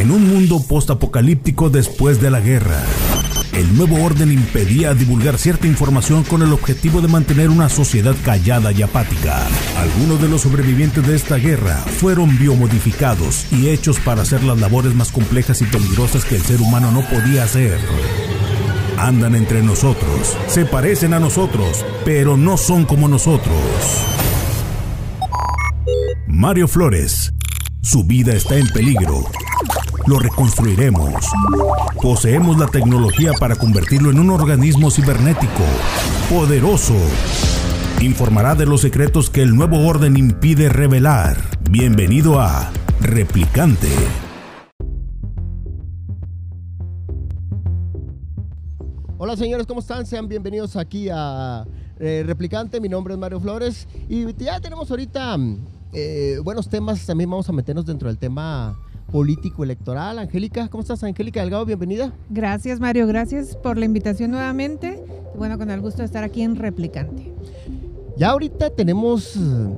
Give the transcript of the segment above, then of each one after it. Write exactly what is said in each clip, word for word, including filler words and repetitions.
En un mundo postapocalíptico después de la guerra, el nuevo orden impedía divulgar cierta información con el objetivo de mantener una sociedad callada y apática. Algunos de los sobrevivientes de esta guerra fueron biomodificados y hechos para hacer las labores más complejas y peligrosas que el ser humano no podía hacer. Andan entre nosotros, se parecen a nosotros, pero no son como nosotros. Mario Flores. Su vida está en peligro. Lo reconstruiremos. Poseemos la tecnología para convertirlo en un organismo cibernético, poderoso. Informará de los secretos que el nuevo orden impide revelar. Bienvenido a Replicante. Hola señores, ¿cómo están? Sean bienvenidos aquí a eh, Replicante. Mi nombre es Mario Flores y ya tenemos ahorita eh, buenos temas. También vamos a meternos dentro del tema político electoral. Angélica, ¿cómo estás? Angélica Delgado, bienvenida. Gracias Mario, gracias por la invitación nuevamente. Bueno, con el gusto de estar aquí en Replicante. Ya ahorita tenemos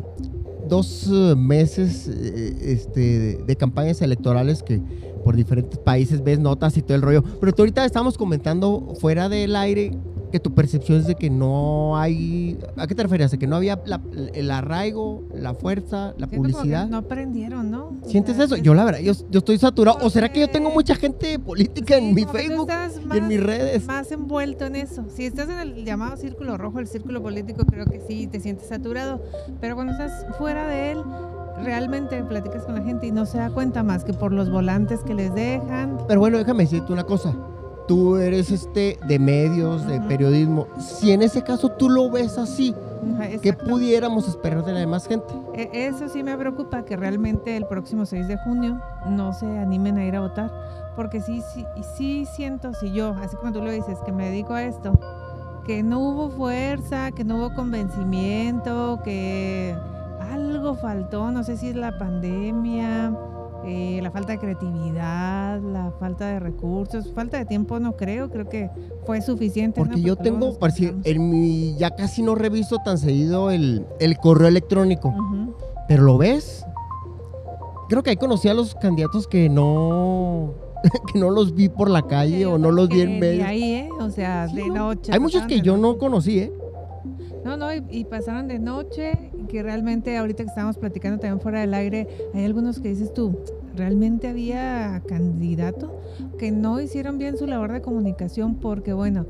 dos meses eh, este, de, de campañas electorales que por diferentes países ves notas y todo el rollo, pero tú ahorita estamos comentando fuera del aire que tu percepción es de que no hay, ¿a qué te refieres? ¿De que no había la, el arraigo, la fuerza, la Siento publicidad? No aprendieron, ¿no? ¿Sientes o sea, eso? es... Yo la verdad, yo, yo estoy saturado. ¿O será que yo tengo mucha gente política sí, en mi como que tú Facebook estás y en mis redes? Más envuelto en eso. Si estás en el llamado círculo rojo, el círculo político, creo que sí te sientes saturado, pero cuando estás fuera de él, realmente platicas con la gente y no se da cuenta más que por los volantes que les dejan. Pero bueno, déjame decirte una cosa. Tú eres este de medios, de uh-huh. periodismo. Si en ese caso tú lo ves así, uh-huh, ¿qué pudiéramos esperar de la demás gente? Eso sí me preocupa, que realmente el próximo seis de junio no se animen a ir a votar, porque sí, sí, sí siento, si yo, así como tú lo dices, que me dedico a esto, que no hubo fuerza, que no hubo convencimiento, que algo faltó, no sé si es la pandemia, eh, la falta de creatividad, la falta de recursos, falta de tiempo no creo, creo que fue suficiente. Porque ¿no? yo Porque tengo, para decir, en mi, ya casi no reviso tan seguido el, el correo electrónico, uh-huh. pero ¿lo ves? Creo que ahí conocí a los candidatos que no... que no los vi por la calle sí, o no los vi en medio. Ahí, ¿eh? O sea, sí, de noche. Hay muchos que yo no conocí, ¿eh? No, no, y, y pasaron de noche, que realmente ahorita que estábamos platicando también fuera del aire, hay algunos que dices tú, realmente había candidato que no hicieron bien su labor de comunicación, porque bueno,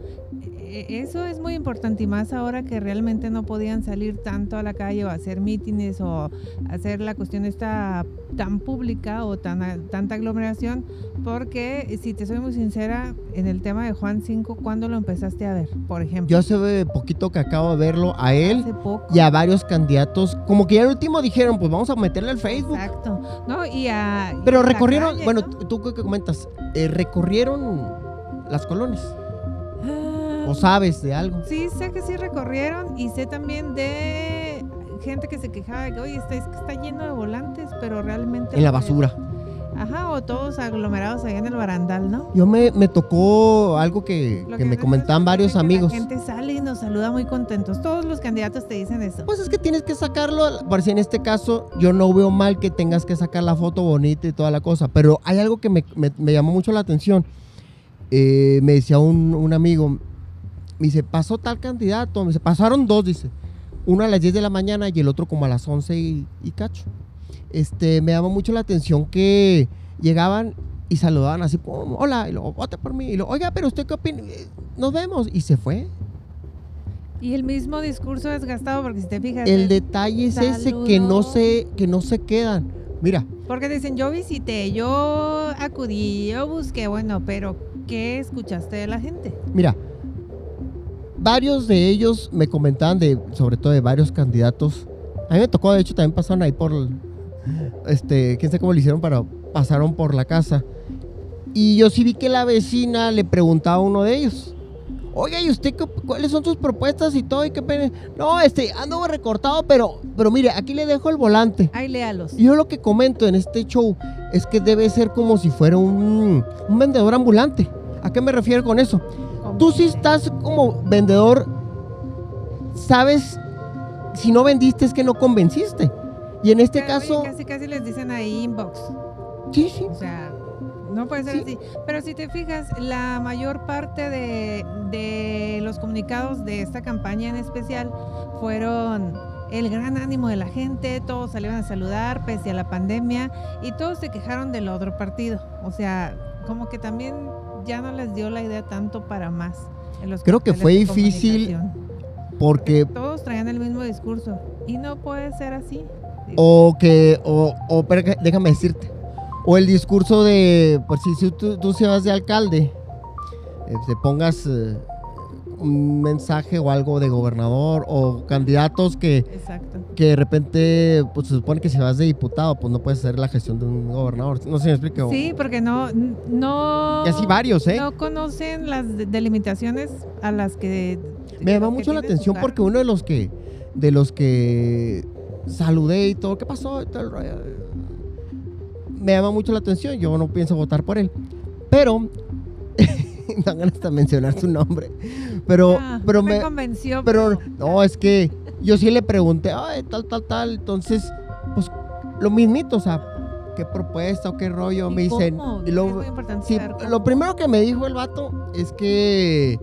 eso es muy importante y más ahora que realmente no podían salir tanto a la calle o hacer mítines o hacer la cuestión esta tan pública o tan tanta aglomeración, porque si te soy muy sincera, en el tema de Juan cinco, ¿cuándo lo empezaste a ver, por ejemplo? Yo hace poquito que acabo de verlo a él y a varios candidatos, como que ya el último dijeron, pues vamos a meterle al Facebook. Exacto, no, y a... Pero y recorrieron, calle, bueno, ¿no? tú qué comentas, eh, recorrieron las colonias. ¿O sabes de algo? Sí, sé que sí recorrieron y sé también de gente que se quejaba de que, oye, está, es que está lleno de volantes, pero realmente... En la basura. Ajá, o todos aglomerados allá en el barandal, ¿no? Yo me, me tocó algo que, que, que me comentaban varios amigos. La gente sale y nos saluda muy contentos. Todos los candidatos te dicen eso. Pues es que tienes que sacarlo. Por si en este caso yo no veo mal que tengas que sacar la foto bonita y toda la cosa. Pero hay algo que me, me, me llamó mucho la atención. Eh, me decía un, un amigo, me dice, pasó tal candidato. Me dice, pasaron dos, dice. Uno a las diez de la mañana y el otro como a las once y, y cacho. Este, me llamó mucho la atención que llegaban y saludaban así, como, hola, y luego, vote por mí, y luego, oiga, pero usted qué opina, nos vemos, y se fue. Y el mismo discurso desgastado, porque si te fijas... El detalle es saludó. ese, que no, se, que no se quedan, mira. Porque dicen, yo visité, yo acudí, yo busqué, bueno, pero ¿qué escuchaste de la gente? Mira, varios de ellos me comentaban, de, sobre todo de varios candidatos, a mí me tocó, de hecho, también pasaron ahí por... Este, quién sabe cómo le hicieron, pero pasaron por la casa. Y yo sí vi que la vecina le preguntaba a uno de ellos, oiga, ¿y usted qué, cuáles son sus propuestas y todo? ¿Y qué pena? No, este, ando recortado, pero, pero mire, aquí le dejo el volante. Ahí léalos. Y yo lo que comento en este show es que debe ser como si fuera un, un vendedor ambulante. ¿A qué me refiero con eso? Tú sí estás como vendedor, sabes, si no vendiste es que no convenciste. Y en este Pero, caso... oye, casi casi les dicen ahí inbox. Sí, sí. O sea, No puede ser Sí. así. Pero si te fijas, la mayor parte de, de los comunicados de esta campaña en especial fueron el gran ánimo de la gente, todos salieron a saludar pese a la pandemia y todos se quejaron del otro partido. O sea, como que también ya no les dio la idea tanto para más. En los Creo que carteles fue de difícil comunicación. porque Todos traían el mismo discurso y no puede ser así. o que o, o pero que- déjame decirte, o el discurso de, por si, si tú, tú se vas de alcalde, eh, te pongas eh, un mensaje o algo de gobernador o candidatos que, Exacto. que de repente pues se supone que si vas de diputado pues no puedes hacer la gestión de un gobernador, no sé si me explico. Sí, porque no, no, Y así varios, ¿eh? no conocen las de- delimitaciones a las que Me llamó que mucho la tiene su atención cargo. porque uno de los que de los que saludé y todo, ¿qué pasó? Y todo el rollo. Me llama mucho la atención, yo no pienso votar por él. Pero me dan ganas de mencionar su nombre. Pero Ah, pero no me, me convenció. pero no, es que yo sí le pregunté, "Ay, tal tal tal", entonces pues lo mismito, o sea, qué propuesta o qué rollo ¿Y me dicen. cómo? Y Es lo, muy importante sí, saber cómo. lo primero que me dijo el vato es que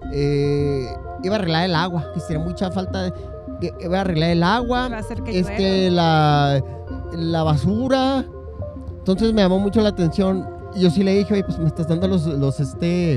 eh, iba a arreglar el agua, que sería mucha falta de, que iba a arreglar el agua, Va a hacer que este, llueva. la, la basura. Entonces me llamó mucho la atención. Y yo sí le dije, oye, pues me estás dando los, los este,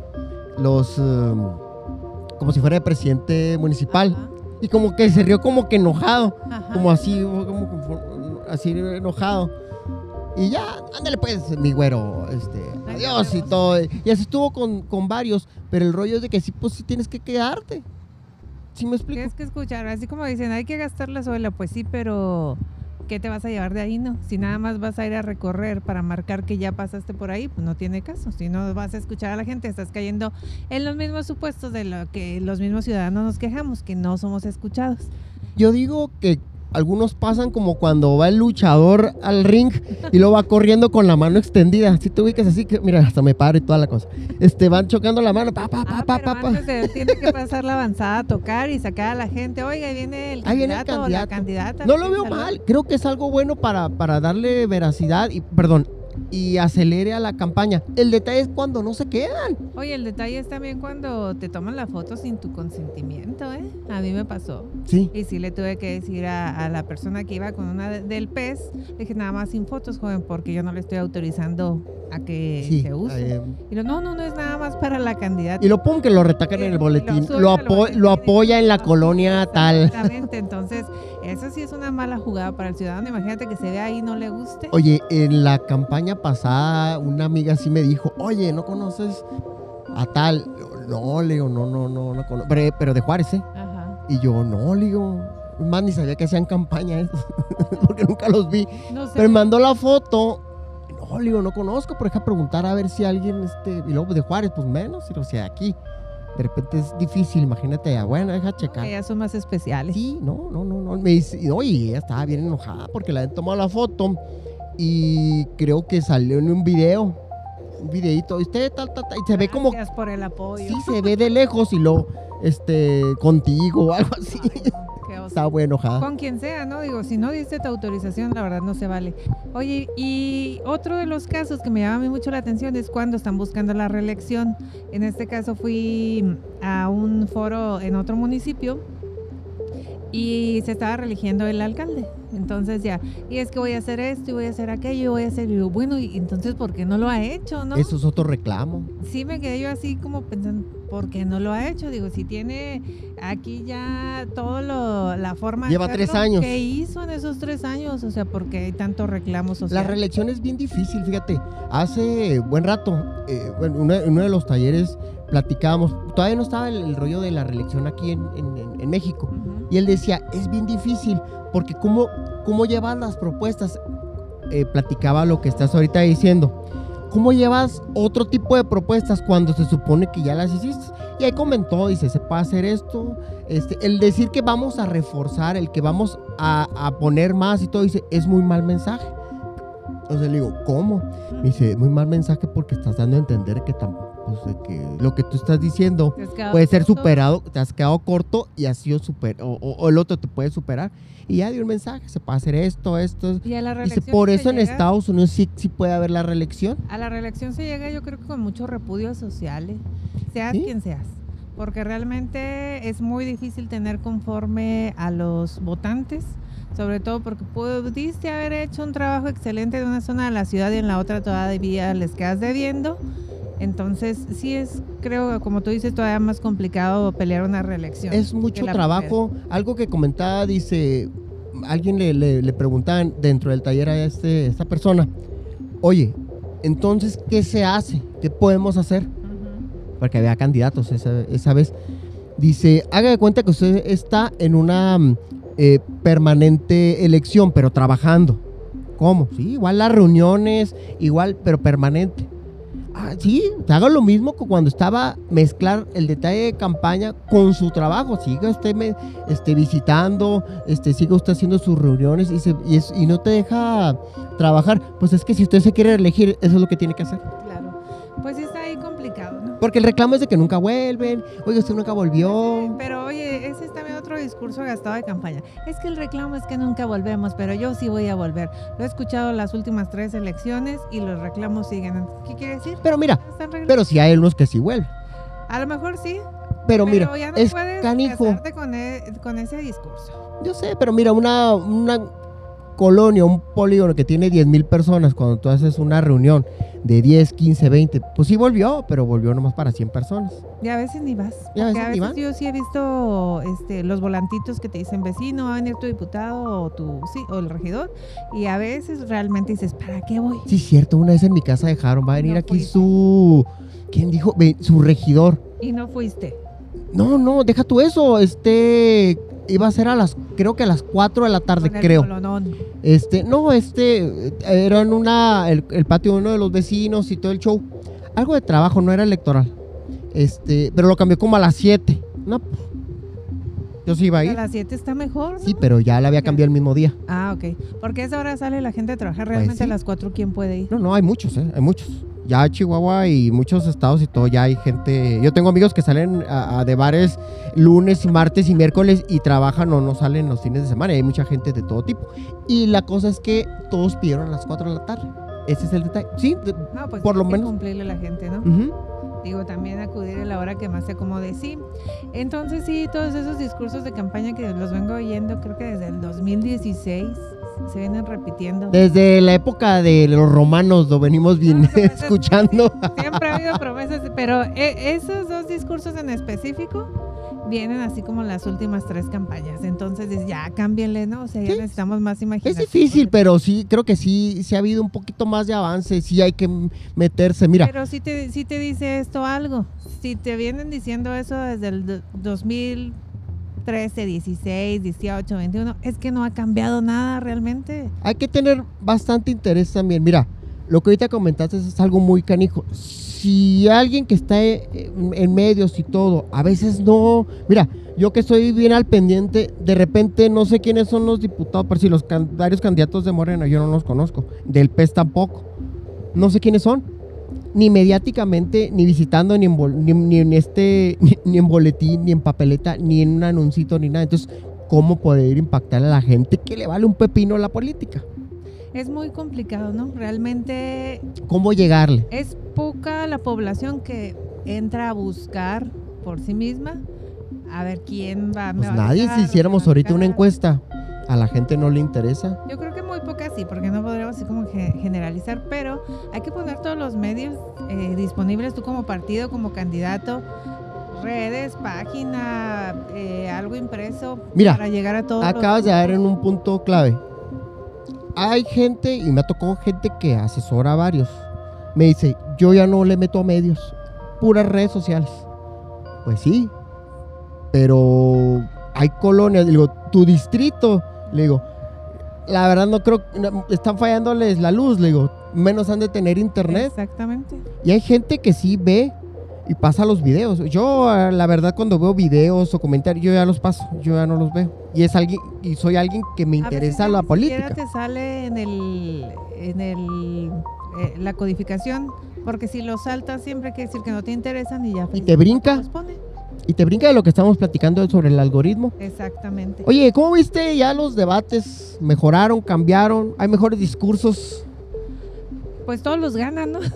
los, um, como si fuera de presidente municipal. Ajá, Y como que se rió como que enojado, ajá. como así, como, como así enojado. Y ya, ándale pues, mi güero, este, Ahí adiós nos y vemos. todo. Y así estuvo con, con varios, pero el rollo es de que sí, pues sí tienes que quedarte. ¿Sí me explico? Tienes que escuchar, así como dicen, hay que gastar la suela, pues sí, pero ¿qué te vas a llevar de ahí, no? Si nada más vas a ir a recorrer para marcar que ya pasaste por ahí, pues no tiene caso. Si no vas a escuchar a la gente, estás cayendo en los mismos supuestos de lo que los mismos ciudadanos nos quejamos, que no somos escuchados. Yo digo que algunos pasan como cuando va el luchador al ring y lo va corriendo con la mano extendida. Si te ubicas así, que mira, hasta me paro y toda la cosa. Este, van chocando la mano, pa, pa, pa, Ah, pa, pero pa, pa. antes de él tiene que pasar la avanzada a tocar y sacar a la gente. Oiga, ahí viene el Ahí viene el candidato o la candidato. candidata. No lo ¿quién veo saluda? mal, creo que es algo bueno para, para darle veracidad y, perdón, y acelere a la campaña. El detalle es cuando no se quedan. Oye, el detalle es también cuando te toman la foto sin tu consentimiento, ¿eh? A mí me pasó. Sí. Y sí le tuve que decir a, a la persona que iba con una de- del P E S, le dije nada más sin fotos, joven, porque yo no le estoy autorizando a que Sí, se use. eh, y lo, no, no, no es nada más para la candidata. y lo pum que lo retacan en Y el lo boletín. suben Lo, al apo- boletín lo y apoya en la dicen, colonia tal. Exactamente, entonces eso sí es una mala jugada para el ciudadano. Imagínate que se vea ahí y no le guste. Oye, en la campaña pasada una amiga sí me dijo, oye, ¿no conoces a tal? No, le digo, no, no, no, no conozco. Pero, pero de Juárez, ¿eh? Ajá. Y yo, no, le digo, más ni sabía que hacían campaña esos, porque nunca los vi. No sé. Pero me mandó la foto. No, le digo, no conozco, pero deja preguntar a ver si alguien, este, y luego de Juárez, pues menos, o sea, aquí. De repente es difícil, imagínate, ya, bueno, deja checar. Ellas son más especiales. Sí, no, no, no, no. Me dice, no, y ella estaba bien enojada porque le habían tomado la foto y creo que salió en un video, un videito, y usted tal, tal, tal, y se ve como, Gracias por el apoyo. sí, se ve de lejos y lo, este, contigo o algo así. Ay, no, qué oso. Estaba muy enojada. Con quien sea, ¿no? Digo, si no diste tu autorización, la verdad no se vale. Oye, y otro de los casos que me llama a mí mucho la atención es cuando están buscando la reelección. En este caso fui a un foro en otro municipio y se estaba reeligiendo el alcalde. Entonces ya, y es que voy a hacer esto y voy a hacer aquello y voy a hacer, y digo, bueno, y entonces ¿por qué no lo ha hecho, no? Eso es otro reclamo. Sí me quedé yo así como pensando, ¿por qué no lo ha hecho? Digo, si tiene aquí ya todo lo, la forma Lleva de tres hacerlo, años. ¿qué hizo en esos tres años? O sea, ¿por qué hay tanto reclamo La social? reelección es bien difícil, fíjate. Hace buen rato, eh, bueno, uno, uno de los talleres platicábamos, todavía no estaba el, el rollo de la reelección aquí en, en- en- en México. Ujú. Y él decía, es bien difícil, porque cómo, cómo llevas las propuestas, eh, platicaba lo que estás ahorita diciendo, cómo llevas otro tipo de propuestas cuando se supone que ya las hiciste. Y ahí comentó, dice, se puede hacer esto, este, el decir que vamos a reforzar, el que vamos a, a poner más y todo, dice, es muy mal mensaje. Entonces le digo, ¿cómo? Me dice, muy mal mensaje porque estás dando a entender que, tam- pues de que lo que tú estás diciendo ¿Te has quedado puede ser corto? superado, te has quedado corto y has sido super, o, o- o el otro te puede superar. Y ya dio un mensaje, se puede hacer esto, esto. Y a la Dice, reelección por se eso en llega- Estados Unidos sí, sí puede haber la reelección. A la reelección se llega, yo creo que con mucho repudio social, ¿eh? Seas ¿Sí? quien seas. Porque realmente es muy difícil tener conforme a los votantes, sobre todo porque pudiste haber hecho un trabajo excelente en una zona de la ciudad y en la otra todavía les quedas debiendo. Entonces, sí es, creo, como tú dices, todavía más complicado pelear una reelección. Es que mucho la trabajo. Algo que comentaba, dice, alguien le, le, le preguntaban dentro del taller a este, esta persona, oye, entonces, ¿qué se hace? ¿Qué podemos hacer? primera. Ujú. Porque había candidatos esa, esa vez. Dice, haga de cuenta que usted está en una mm, eh, permanente elección, pero trabajando. ¿Cómo? Sí, igual las reuniones, igual, pero permanente. Ah, sí, te haga lo mismo que cuando estaba mezclar el detalle de campaña con su trabajo. Siga usted me, este, visitando, este, siga usted haciendo sus reuniones y, se, y, es, y no te deja trabajar. Pues es que si usted se quiere elegir, eso es lo que tiene que hacer. Claro. Pues sí está ahí complicado, ¿no? Porque el reclamo es de que nunca vuelven. Oye, usted nunca volvió. Pero oye, ese es también otro discurso gastado de campaña. Es que el reclamo es que nunca volvemos, pero yo sí voy a volver. Lo he escuchado las últimas tres elecciones y los reclamos siguen. ¿Qué quiere decir? Pero mira, Están regresando. pero sí hay unos que sí vuelven. A lo mejor sí, Pero mira, ya no es puedes canijo. casarte con, e- con ese discurso. Yo sé, pero mira, una, una colonia, un polígono que tiene diez mil personas, cuando tú haces una reunión de diez, quince, veinte, pues sí volvió, pero volvió nomás para cien personas. Y a veces ni vas. Y a Porque veces a ni veces van. yo sí he visto este, los volantitos que te dicen vecino, va a venir tu diputado o tu sí, o el regidor. Y a veces realmente dices, ¿para qué voy? Sí, cierto, una vez en mi casa dejaron, va a venir No aquí fuiste. su... ¿Quién dijo? Ve, su regidor. Y no fuiste. No, no, deja tú eso, este... Iba a ser a las, creo que a las cuatro de la tarde, Con el creo. bolonón. Este, no, este, eh, era en una, el, el patio de uno de los vecinos y todo el show. Algo de trabajo, no era electoral. Este, pero lo cambió como a las siete. No, pues, yo sí iba a A ir. las siete está mejor, ¿no? Sí, pero ya la había cambiado el mismo día. Ah, ok. Porque a esa hora sale la gente a trabajar. Realmente sí. a las cuatro, ¿quién puede ir? No, no, hay muchos, ¿eh? Hay muchos. Ya Chihuahua y muchos estados y todo, ya hay gente. Yo tengo amigos que salen a, a de bares lunes, martes y miércoles y trabajan o no salen los fines de semana. Y hay mucha gente de todo tipo. Y la cosa es que todos pidieron a las cuatro de la tarde. Ese es el detalle. Sí, de- No, pues por lo hay que menos. cumplirle a la gente, ¿no? Ujú. Digo, también acudir a la hora que más se acomode, sí. Entonces, sí, todos esos discursos de campaña que los vengo oyendo, creo que desde el dos mil dieciséis se vienen repitiendo. Desde la época de los romanos lo venimos bien No, pues, escuchando. Siempre ha habido promesas, pero eh, esos dos discursos en específico vienen así como las últimas tres campañas. Entonces, dices, ya cámbienle, ¿no? O sea, ya Sí. necesitamos más Es imaginación. difícil, pero sí, creo que sí, sí ha habido un poquito más de avance. Sí hay que m- meterse. Mira, Pero sí te, sí te dice esto algo. Si te vienen diciendo eso desde el do- dos mil trece, dieciséis, dieciocho, veintiuno, es que no ha cambiado nada realmente. hay que tener bastante interés también. Mira, lo que ahorita comentaste es algo muy canijo. Si alguien que está eh, en, en medios y todo, a veces no. Mira, yo que estoy bien al pendiente, de repente no sé quiénes son los diputados, pero si los can- varios candidatos de Morena yo no los conozco. Del P E S tampoco. No sé quiénes son. Ni mediáticamente, ni visitando, ni en, bol- ni, ni en este, ni, ni en boletín, ni en papeleta, ni en un anuncito, ni nada. Entonces, ¿cómo poder impactar a la gente que le vale un pepino la política? Es muy complicado, ¿no? Realmente ¿Cómo llegarle? es poca la población que entra a buscar por sí misma a ver quién va. me Pues va a nadie, ayudar, si me hiciéramos va a ahorita una ayudar. encuesta, a la gente no le interesa. Yo creo que muy poca sí, porque no podríamos así como ge- generalizar, pero hay que poner todos los medios eh, disponibles, tú como partido, como candidato, redes, página, eh, algo impreso, Mira, para llegar a todos. Acabas los de dar en un punto clave. Hay gente, y me ha tocado gente que asesora a varios. Me dice, yo ya no le meto a medios, puras redes sociales. Pues sí, pero hay colonias, digo, tu distrito, le digo, la verdad no creo, no, están fallándoles la luz, le digo, menos han de tener internet. Exactamente. Y hay gente que sí ve y pasa los videos. Yo, eh, la verdad, cuando veo videos o comentarios, yo ya los paso, yo ya no los veo. Y es alguien, y soy alguien que me A veces interesa ya la ni política. siquiera te sale en el, en el, eh, la codificación Porque si lo saltas siempre quiere decir que no te interesan y ya. ¿Y te brinca? no los pone. Y te brinca de lo que estamos platicando sobre el algoritmo. Exactamente. Oye, ¿cómo viste ya los debates? ¿Mejoraron, cambiaron? ¿Hay mejores discursos? Pues todos los ganan, ¿no?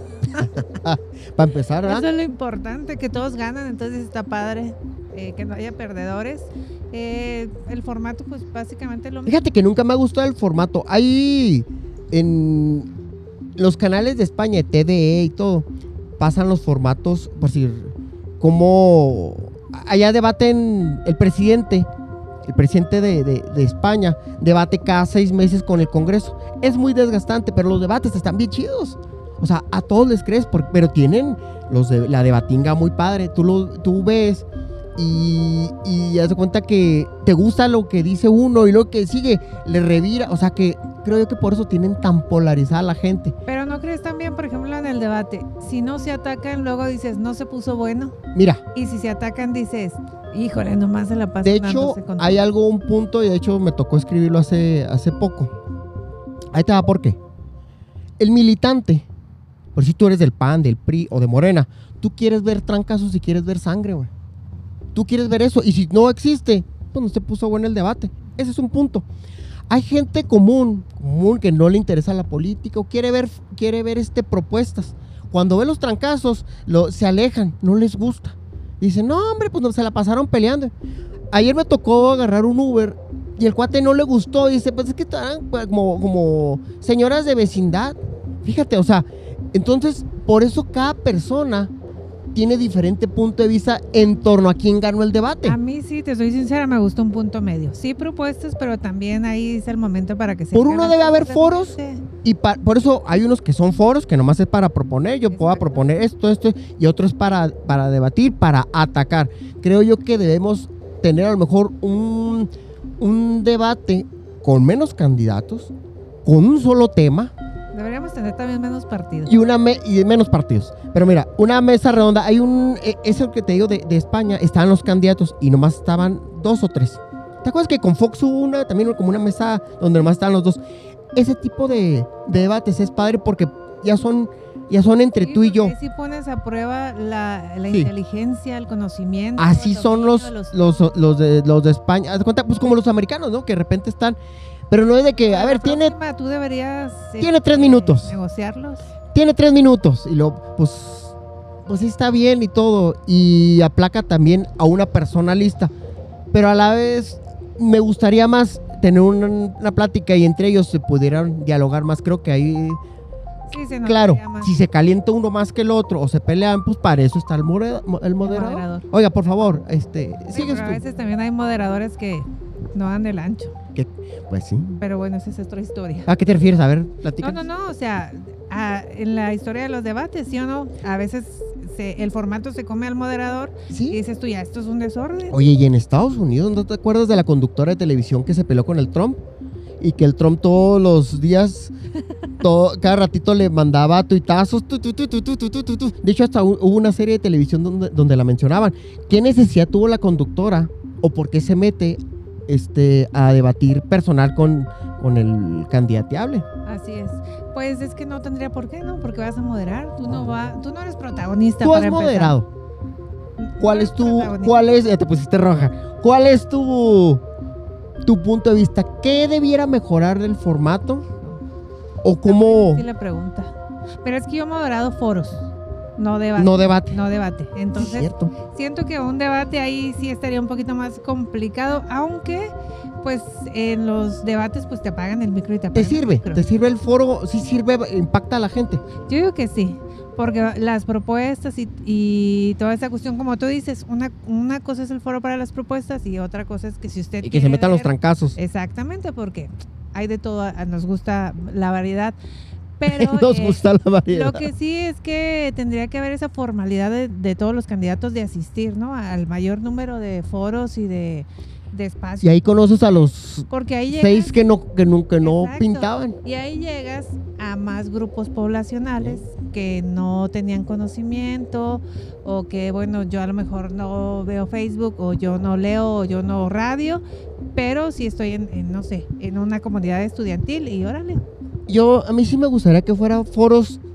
Para empezar, ¿verdad? Eso es lo importante, que todos ganan, entonces está padre, eh, que no haya perdedores. Eh, el formato, pues básicamente lo mismo. Fíjate que nunca me ha gustado el formato. Hay en los canales de España, T D E y todo, pasan los formatos, por decir, como allá debaten el presidente, el presidente de, de, de España, debate cada seis meses con el Congreso. Es muy desgastante, pero los debates están bien chidos. O sea, a todos les crees, por, pero tienen los de, la debatinga muy padre. Tú, lo, tú ves y, y haz de cuenta que te gusta lo que dice uno y lo que sigue le revira. O sea que creo yo que por eso tienen tan polarizada la gente. Pero ¿no crees también, por ejemplo, en el debate, si no se atacan, luego dices, no se puso bueno? Mira. Y si se atacan, dices, híjole, nomás se la pasan. De hecho, hay algo, un punto, y de hecho me tocó escribirlo hace, hace poco. Ahí te va, ¿por qué? El militante, por si tú eres del P A N, del P R I o de Morena, tú quieres ver trancazos y quieres ver sangre, güey. Tú quieres ver eso, y si no existe, pues no se puso bueno el debate. Ese es un punto. Hay gente común, común que no le interesa la política o quiere ver, quiere ver este, propuestas. Cuando ve los trancazos, lo, se alejan, no les gusta. Dicen, no, hombre, pues no, se la pasaron peleando. Ayer me tocó agarrar un Uber y el cuate no le gustó. Dice, pues es que están como, como señoras de vecindad. Fíjate, o sea, entonces, por eso cada persona tiene diferente punto de vista en torno a quién ganó el debate. A mí sí, te soy sincera, me gustó un punto medio. Sí propuestas, pero también ahí es el momento para que se... Por uno debe haber foros y pa, por eso hay unos que son foros que nomás es para proponer. Yo puedo proponer esto, esto y otros para, para debatir, para atacar. Creo yo que debemos tener a lo mejor un, un debate con menos candidatos, con un solo tema. Deberíamos tener también menos partidos. Y una me y menos partidos. Pero mira, una mesa redonda, hay un, eso que te digo de, de España, estaban los candidatos y nomás estaban dos o tres. ¿Te acuerdas que con Fox hubo una, también como una mesa donde nomás estaban los dos? Ese tipo de, de debates es padre porque ya son, ya son entre sí, tú y yo. Si pones a prueba la, la sí. inteligencia, el conocimiento. Así el son los, los, los, los, de, los de España. Haz de cuenta, pues como los americanos, ¿no? Que de repente están... Pero no es de que, a ver, tiene... Tú deberías... Tiene tres minutos. Negociarlos. Tiene tres minutos. Y luego, pues... Pues sí está bien y todo. Y aplaca también a una persona lista. Pero a la vez, me gustaría más tener una, una plática y entre ellos se pudieran dialogar más. Creo que ahí... Sí, se claro, si se calienta uno más que el otro o se pelean, pues para eso está el, more, el, moderador. el moderador. Oiga, por favor, este... Sí, pero a veces también hay moderadores que no dan del ancho. ¿Qué? Pues sí. Pero bueno, esa es otra historia. ¿A qué te refieres? A ver, platica. No, no, no, o sea, a, en la historia de los debates, ¿sí o no? A veces se, el formato se come al moderador. ¿Sí? Y dices tú, ya, esto es un desorden. Oye, y en Estados Unidos, ¿no te acuerdas de la conductora de televisión que se peleó con el Trump? Y que el Trump todos los días, todo, cada ratito le mandaba tuitazos. Tu, tu, tu, tu, tu, tu, tu, tu. De hecho, hasta hubo una serie de televisión donde, donde la mencionaban. ¿Qué necesidad tuvo la conductora o por qué se mete este, a debatir personal con, con el candidateable? Así es. Pues es que no tendría por qué, ¿no? Porque vas a moderar. Tú no, va, tú no eres protagonista. Tú para has moderado. ¿Cuál no es tu, protagonista. cuál es, ya te pusiste roja, cuál es tu... tu punto de vista? ¿Qué debiera mejorar del formato? ¿O cómo? Sí, la pregunta. Pero es que yo he moderado foros, no debate. No debate. No debate. Entonces, es cierto. Siento que un debate ahí sí estaría un poquito más complicado, aunque pues en los debates pues te apagan el micro y te apagan ¿Te sirve? el micro. ¿Te sirve el foro? ¿Sí sirve? ¿Impacta a la gente? Yo digo que sí. Porque las propuestas y, y toda esta cuestión, como tú dices, una, una cosa es el foro para las propuestas y otra cosa es que si usted Y que se metan ver, los trancazos. Exactamente, porque hay de todo, nos gusta la variedad. Pero nos eh, gusta la variedad. Lo que sí es que tendría que haber esa formalidad de, de todos los candidatos de asistir, ¿no? Al mayor número de foros y de, de espacios. Y ahí conoces a los Porque ahí llegas, seis que no, que no, que no exacto, pintaban. Y ahí llegas a más grupos poblacionales que no tenían conocimiento o que, bueno, yo a lo mejor no veo Facebook o yo no leo o yo no radio, pero sí estoy en, en no sé, en una comunidad estudiantil y órale. Yo, a mí sí me gustaría que fuera foros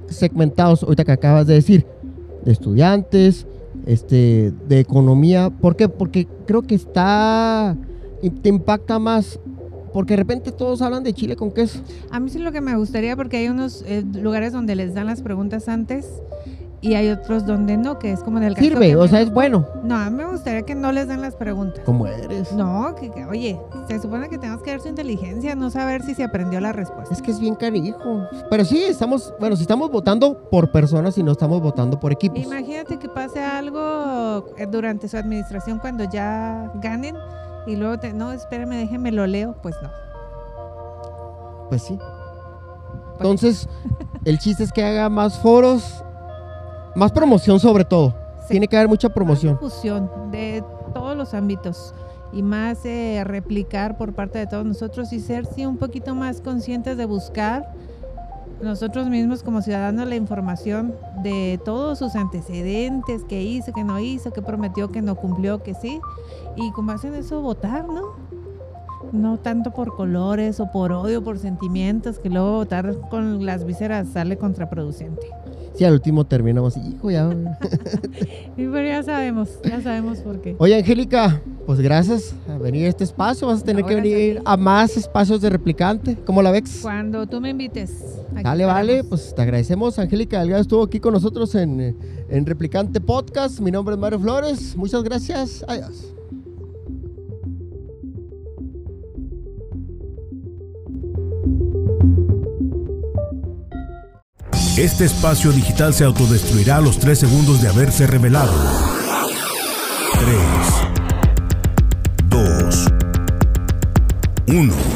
segmentados, ahorita que acabas de decir, de estudiantes, este, de economía. ¿Por qué? Porque creo que está, te impacta más, porque de repente todos hablan de chile con queso. A mí sí lo que me gustaría, porque hay unos eh, lugares donde les dan las preguntas antes y hay otros donde no, que es como en el caso Sirve, que o me- sea, es bueno. No, a mí me gustaría que no les den las preguntas. ¿Cómo eres? No, que, que, oye, se supone que tenemos que ver su inteligencia, no saber si se aprendió la respuesta. Es que es bien canijo. Pero sí, estamos, bueno, si estamos votando por personas y no estamos votando por equipos. Imagínate que pase algo eh, durante su administración cuando ya ganen y luego, te, no, espérame, déjeme lo leo. Pues no. Pues sí. Entonces, el chiste es que haga más foros, más promoción sobre todo. Sí. Tiene que haber mucha promoción. Más difusión de todos los ámbitos y más eh, replicar por parte de todos nosotros y ser sí un poquito más conscientes de buscar nosotros mismos como ciudadanos la información de todos sus antecedentes, qué hizo, qué no hizo, qué prometió, qué no cumplió, que sí, y con base en eso votar, ¿no? No tanto por colores o por odio, por sentimientos, que luego votar con las vísceras sale contraproducente. Sí, al último terminamos, hijo, ya. Y pero ya sabemos, ya sabemos por qué. Oye, Angélica, pues gracias a venir a este espacio. Vas a tener No, que gracias venir a ti. a más espacios de Replicante. ¿Cómo la ves? Cuando tú me invites. aquí Dale, vale, estaremos. pues te agradecemos. Angélica Delgado estuvo aquí con nosotros en, eh, en Replicante Podcast. Mi nombre es Mario Flores. Muchas gracias. Adiós. Este espacio digital se autodestruirá a los tres segundos de haberse revelado. tres, dos, uno.